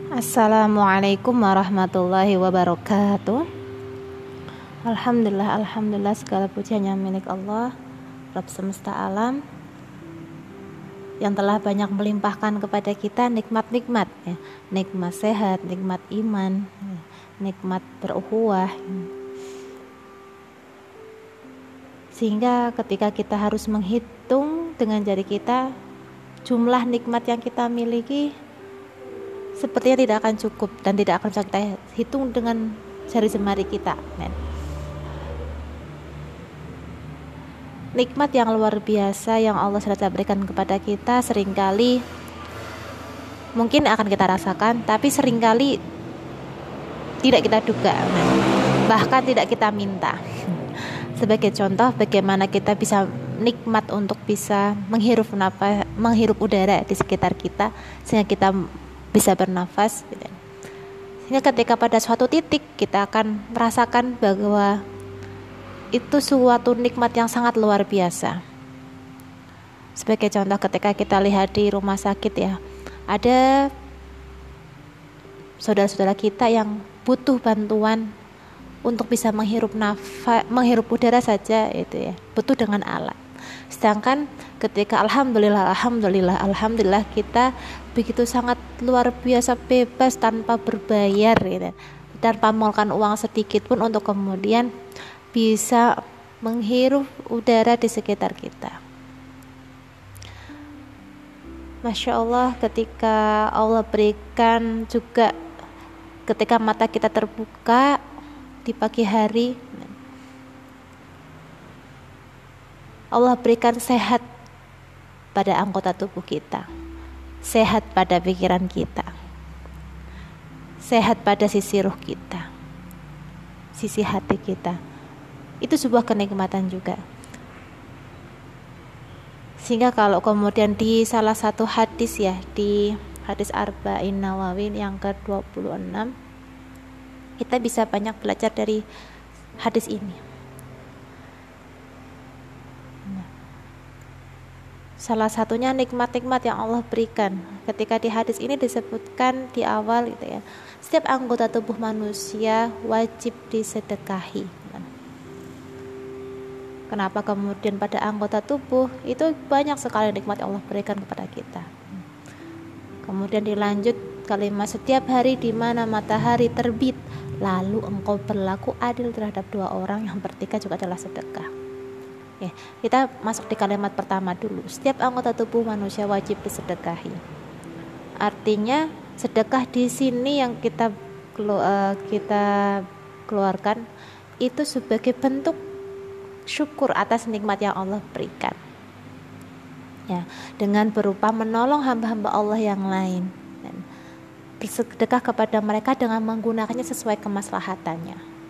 Assalamualaikum warahmatullahi wabarakatuh. Alhamdulillah segala puji hanya milik Allah, Rabb semesta alam, yang telah banyak melimpahkan kepada kita nikmat-nikmat, ya. Nikmat sehat, nikmat iman, ya. Nikmat berukhuwah, sehingga ketika kita harus menghitung dengan jari kita jumlah nikmat yang kita miliki, sepertinya tidak akan cukup dan tidak akan bisa kita hitung dengan jari jemari kita. Nikmat yang luar biasa yang Allah sudah berikan kepada kita seringkali mungkin akan kita rasakan, tapi seringkali tidak kita duga, bahkan tidak kita minta. Sebagai contoh, bagaimana kita bisa nikmat untuk bisa menghirup udara di sekitar kita sehingga kita bisa bernafas, gitu. Sehingga ketika pada suatu titik kita akan merasakan bahwa itu suatu nikmat yang sangat luar biasa. Sebagai contoh, ketika kita lihat di rumah sakit, ya, ada saudara-saudara kita yang butuh bantuan untuk bisa menghirup udara saja, itu ya, butuh dengan alat. Sedangkan ketika alhamdulillah kita begitu sangat luar biasa bebas tanpa berbayar, gitu, tanpa mengeluarkan uang sedikit pun untuk kemudian bisa menghirup udara di sekitar kita. Masya Allah, ketika Allah berikan juga ketika mata kita terbuka di pagi hari, Allah berikan sehat pada anggota tubuh kita, sehat pada pikiran kita, sehat pada sisi ruh kita, sisi hati kita. Itu sebuah kenikmatan juga. Sehingga kalau kemudian di salah satu hadis, ya, di hadis Arba'in Nawawi yang ke-26, kita bisa banyak belajar dari hadis ini. Salah satunya nikmat-nikmat yang Allah berikan. Ketika di hadis ini disebutkan di awal, gitu ya, setiap anggota tubuh manusia wajib disedekahi. Kenapa kemudian pada anggota tubuh itu banyak sekali nikmat yang Allah berikan kepada kita. Kemudian dilanjut kalimat, setiap hari di mana matahari terbit, lalu engkau berlaku adil terhadap dua orang yang bertiga juga adalah sedekah. Ya, kita masuk di kalimat pertama dulu. Setiap anggota tubuh manusia wajib disedekahi. Artinya sedekah di sini yang kita keluarkan itu sebagai bentuk syukur atas nikmat yang Allah berikan. Ya, dengan berupa menolong hamba-hamba Allah yang lain dan bersedekah kepada mereka dengan menggunakannya sesuai kemaslahatannya.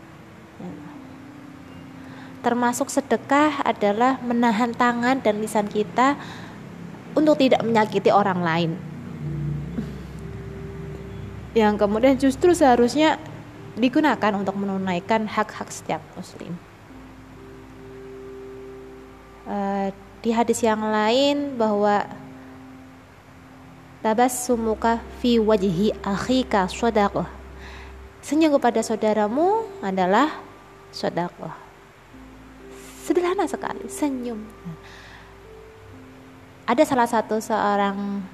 Termasuk sedekah adalah menahan tangan dan lisan kita untuk tidak menyakiti orang lain, yang kemudian justru seharusnya digunakan untuk menunaikan hak-hak setiap muslim. Di hadis yang lain bahwa tabassumuka fi wajhi akhika shadaqah, senyum kepada saudaramu adalah shadaqah. Sederhana sekali, senyum. Ada salah satu seorang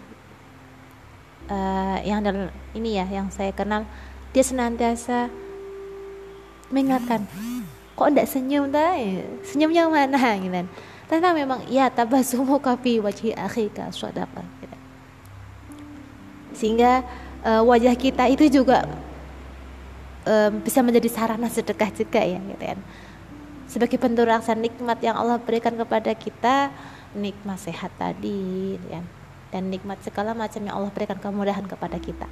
yang saya kenal, dia senantiasa mengingatkan, kok enggak senyum dah? Senyumnya mana? Gitu. Karena memang ya tabassumuka fi wajhi akhika shadaqah. Gitu. Sehingga wajah kita itu juga bisa menjadi sarana sedekah juga, ya, gitu kan. Sebagai bentuk rasa nikmat yang Allah berikan kepada kita, nikmat sehat tadi, ya, dan nikmat segala macam yang Allah berikan kemudahan kepada kita.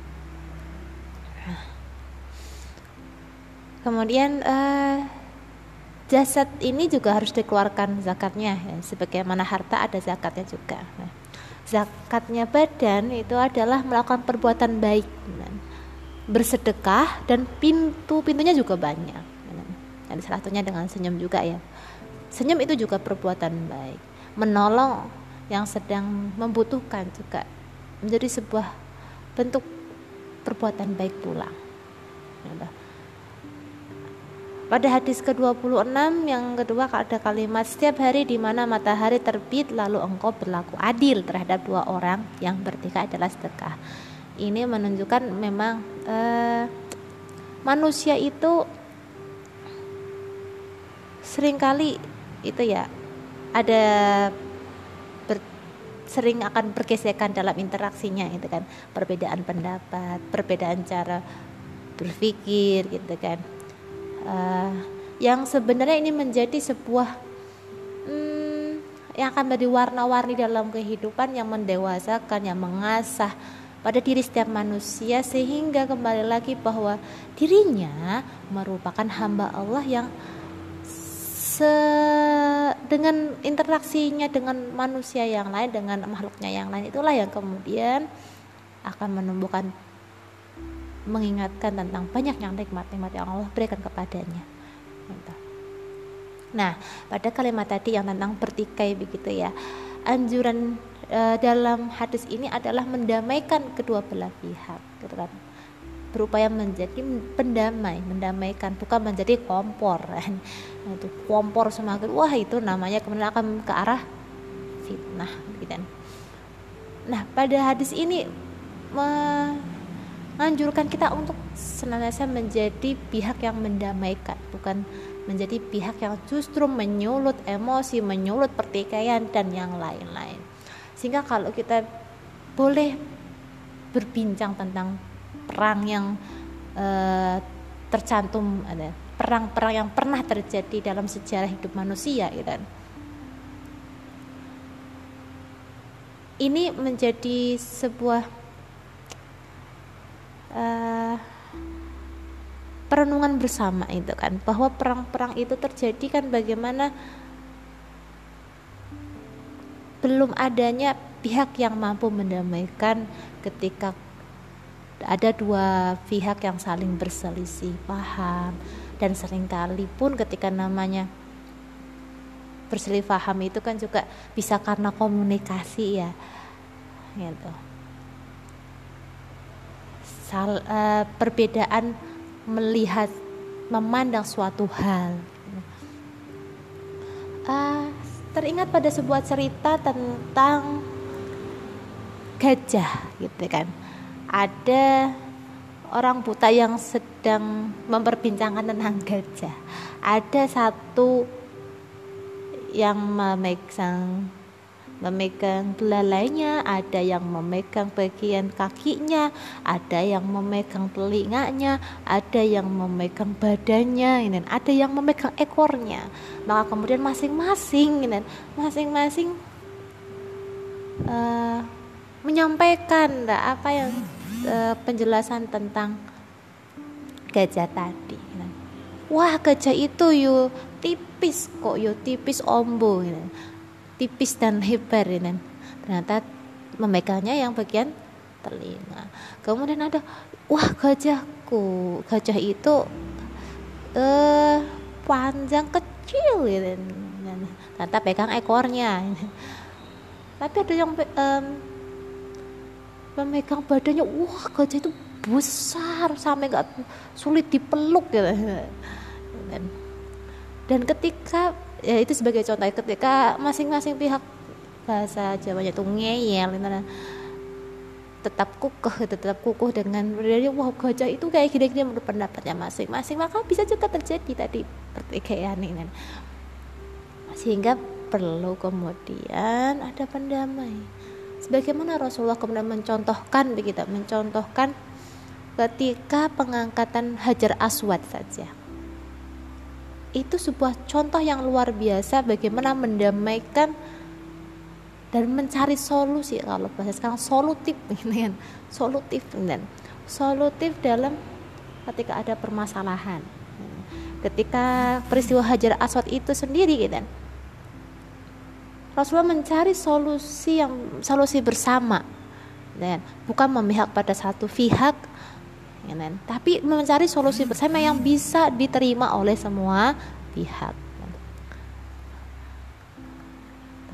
Kemudian jasad ini juga harus dikeluarkan zakatnya, ya. Sebagaimana harta ada zakatnya juga. Nah, zakatnya badan itu adalah melakukan perbuatan baik, bersedekah, dan pintunya juga banyak. Dan salah satunya dengan senyum juga, ya. Senyum itu juga perbuatan baik. Menolong yang sedang membutuhkan juga menjadi sebuah bentuk perbuatan baik pula. Pada hadis ke-26 yang kedua ada kalimat, setiap hari di mana matahari terbit lalu engkau berlaku adil terhadap dua orang yang bertikai adalah sedekah. Ini menunjukkan memang manusia itu seringkali itu ya ada sering akan bergesekan dalam interaksinya gitu kan, perbedaan pendapat, perbedaan cara berpikir gitu kan. Yang sebenarnya ini menjadi sebuah yang akan menjadi warna-warni dalam kehidupan, yang mendewasakan, yang mengasah pada diri setiap manusia, sehingga kembali lagi bahwa dirinya merupakan hamba Allah yang dengan interaksinya dengan manusia yang lain, dengan makhluknya yang lain, itulah yang kemudian akan menumbuhkan, mengingatkan tentang banyak yang nikmat-nikmat yang Allah berikan kepadanya. Nah, pada kalimat tadi yang tentang bertikai begitu ya, anjuran dalam hadis ini adalah mendamaikan kedua belah pihak, gitu kan. Berupaya menjadi pendamai, mendamaikan, bukan menjadi kompor. Itu kompor semakin wah, itu namanya kemudian akan ke arah fitnah, gitu kan. Nah, pada hadis ini menganjurkan kita untuk senantiasa menjadi pihak yang mendamaikan, bukan menjadi pihak yang justru menyulut emosi, menyulut pertikaian dan yang lain-lain. Sehingga kalau kita boleh berbincang tentang perang yang tercantum, ada perang-perang yang pernah terjadi dalam sejarah hidup manusia, gitu kan. Ini menjadi sebuah perenungan bersama itu kan, bahwa perang-perang itu terjadi kan bagaimana belum adanya pihak yang mampu mendamaikan ketika ada dua pihak yang saling berselisih paham. Dan seringkali pun ketika namanya berselisih paham itu kan juga bisa karena komunikasi ya, gitu. Perbedaan melihat, memandang suatu hal. Teringat pada sebuah cerita tentang gajah, gitu kan. Ada orang buta yang sedang memperbincangkan tentang gajah. Ada satu yang memegang belalainya, ada yang memegang bagian kakinya, ada yang memegang telinganya, ada yang memegang badannya, ada yang memegang ekornya. Maka kemudian masing-masing menyampaikan apa yang penjelasan tentang gajah tadi. Wah, gajah itu yo tipis kok, yo tipis ombo, tipis dan lebar, ternyata memegangnya yang bagian telinga. Kemudian ada, wah gajah itu panjang kecil, ternyata pegang ekornya. Tapi ada yang memegang badannya, wah gajah itu besar sampai nggak sulit dipeluk, gitu. Dan ketika ya itu sebagai contoh, ketika masing-masing pihak, bahasa Jawanya itu ngeyel, tetap kukuh dengan berdiri, wah gajah itu kayak gini-gini menurut pendapatnya masing-masing, maka bisa juga terjadi tadi pertikaian ini. Sehingga perlu kemudian ada pendamai. Sebagaimana Rasulullah kemudian mencontohkan ketika pengangkatan Hajar Aswad saja. Itu sebuah contoh yang luar biasa bagaimana mendamaikan dan mencari solusi, kalau bahasa sekarang solutif dalam ketika ada permasalahan. Ketika peristiwa Hajar Aswad itu sendiri, gitu, Rasulullah mencari solusi bersama, bukan memihak pada satu pihak, tapi mencari solusi bersama yang bisa diterima oleh semua pihak.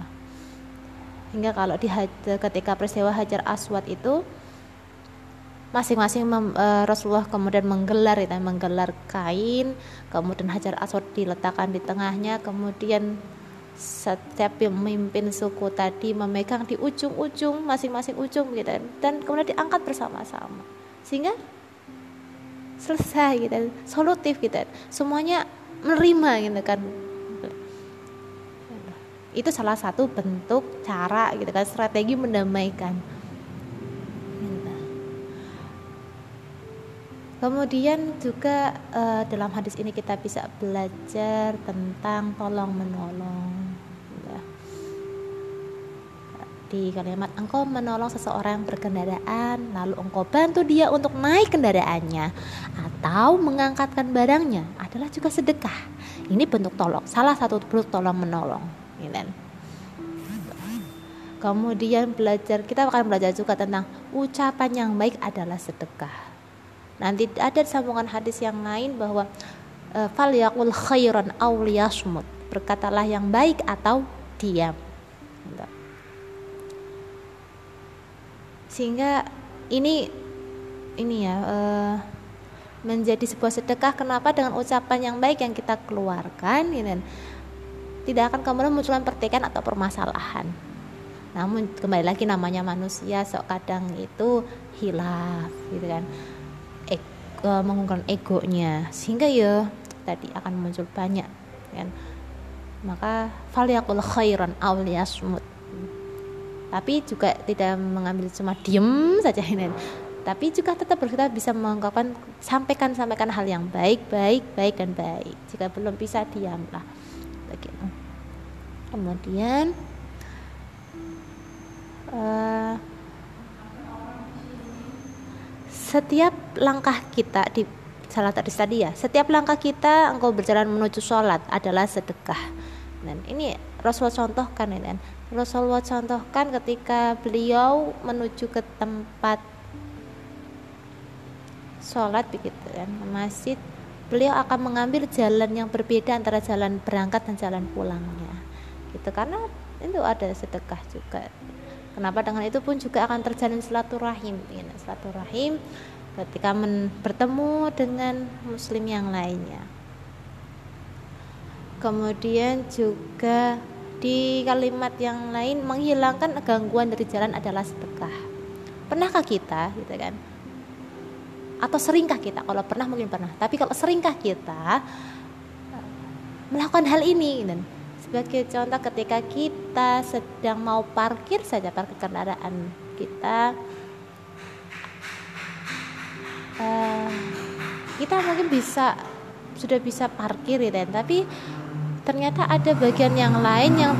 Hingga kalau ketika peristiwa Hajar Aswad itu masing-masing Rasulullah kemudian menggelar kain, kemudian Hajar Aswad diletakkan di tengahnya, kemudian setiap pemimpin suku tadi memegang di ujung-ujung, masing-masing ujung gitu, dan kemudian diangkat bersama-sama sehingga selesai gitu, solutif gitu, semuanya menerima gitu kan. Itu salah satu bentuk cara gitu kan, strategi mendamaikan. Kemudian juga dalam hadis ini kita bisa belajar tentang tolong menolong. Di kalimat engkau menolong seseorang yang berkendaraan, lalu engkau bantu dia untuk naik kendaraannya atau mengangkatkan barangnya adalah juga sedekah. Ini bentuk tolong, salah satu bentuk tolong menolong. Kemudian kita akan belajar juga tentang ucapan yang baik adalah sedekah. Nanti ada sambungan hadis yang lain bahwa falyaqul khairan aw liyasmut, berkatalah yang baik atau diam. Sehingga ini ya menjadi sebuah sedekah. Kenapa? Dengan ucapan yang baik yang kita keluarkan tidak akan kemudian munculkan pertikaian atau permasalahan. Namun kembali lagi namanya manusia, sok kadang itu hilaf gitu kan, mengungkapkan egonya, sehingga ya tadi akan muncul banyak kan. Maka falyaqul khairan aw liyasmut, tapi juga tidak mengambil cuma diem saja ini, tapi juga tetap kita bisa mengungkapkan, sampaikan hal yang baik dan baik. Jika belum bisa, diamlah. Begitu. Kemudian setiap langkah kita di salat tadi ya, setiap langkah kita engkau berjalan menuju sholat adalah sedekah. Dan ini Rasulullah contohkan ketika beliau menuju ke tempat sholat begitu kan, masjid, beliau akan mengambil jalan yang berbeda antara jalan berangkat dan jalan pulangnya gitu, karena itu ada sedekah juga. Kenapa? Dengan itu pun juga akan terjalin silaturahim ketika bertemu dengan muslim yang lainnya. Kemudian juga di kalimat yang lain, menghilangkan gangguan dari jalan adalah sedekah. Pernahkah kita gitu kan, atau seringkah kita, kalau pernah mungkin pernah, tapi kalau seringkah kita melakukan hal ini dan sebagai contoh, ketika kita sedang mau parkir kendaraan kita, kita mungkin sudah bisa parkir gitu, tapi ternyata ada bagian yang lain yang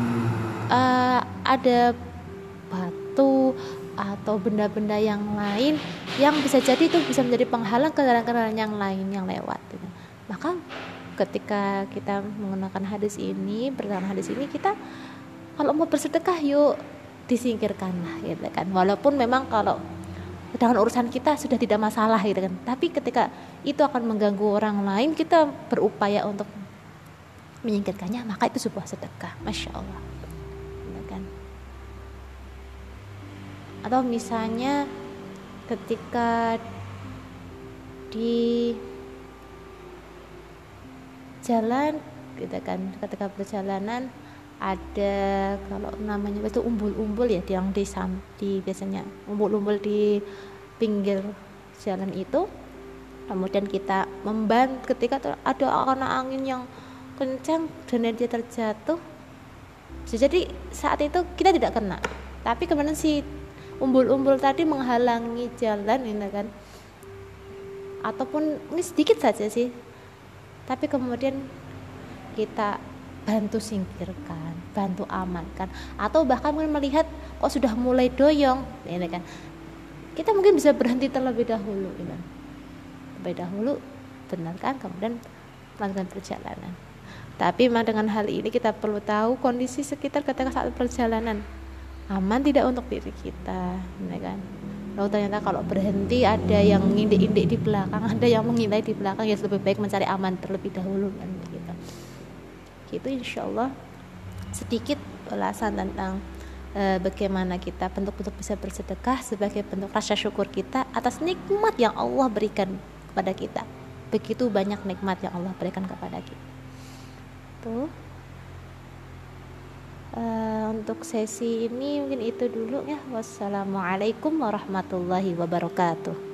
ada batu atau benda-benda yang lain yang bisa jadi itu bisa menjadi penghalang kendaraan-kendaraan yang lain yang lewat gitu. Maka ketika kita menggunakan hadis ini, kita kalau mau bersedekah yuk disingkirkanlah gitu kan. Walaupun memang kalau dengan urusan kita sudah tidak masalah gitu kan, tapi ketika itu akan mengganggu orang lain, kita berupaya untuk menyingkirkannya, maka itu sebuah sedekah. Masya Allah gitu kan. Atau misalnya ketika di jalan gitu kan, ketika perjalanan ada kalau namanya itu umbul-umbul ya, yang di biasanya umbul-umbul di pinggir jalan itu, kemudian kita membantu ketika ada angin yang kencang dan dia terjatuh, jadi saat itu kita tidak kena, tapi kemudian si umbul-umbul tadi menghalangi jalan ini kan, ataupun ini sedikit saja sih, tapi kemudian kita bantu singkirkan, bantu amankan, atau bahkan mungkin melihat kok sudah mulai doyong ini kan, kita mungkin bisa berhenti terlebih dahulu gitu. Benarkan, kemudian melanjutkan perjalanan. Tapi memang dengan hal ini kita perlu tahu kondisi sekitar ketika saat perjalanan aman tidak untuk diri kita, ya kan? Lalu ternyata kalau berhenti ada yang ngindik-indik di belakang, ada yang mengintai di belakang, ya lebih baik mencari aman terlebih dahulu kan gitu. Gitu insyaallah sedikit ulasan tentang bagaimana kita bentuk-bentuk bisa bersedekah sebagai bentuk rasa syukur kita atas nikmat yang Allah berikan kepada kita. Begitu banyak nikmat yang Allah berikan kepada kita. Tuh. Untuk sesi ini mungkin itu dulu ya. Wassalamualaikum warahmatullahi wabarakatuh.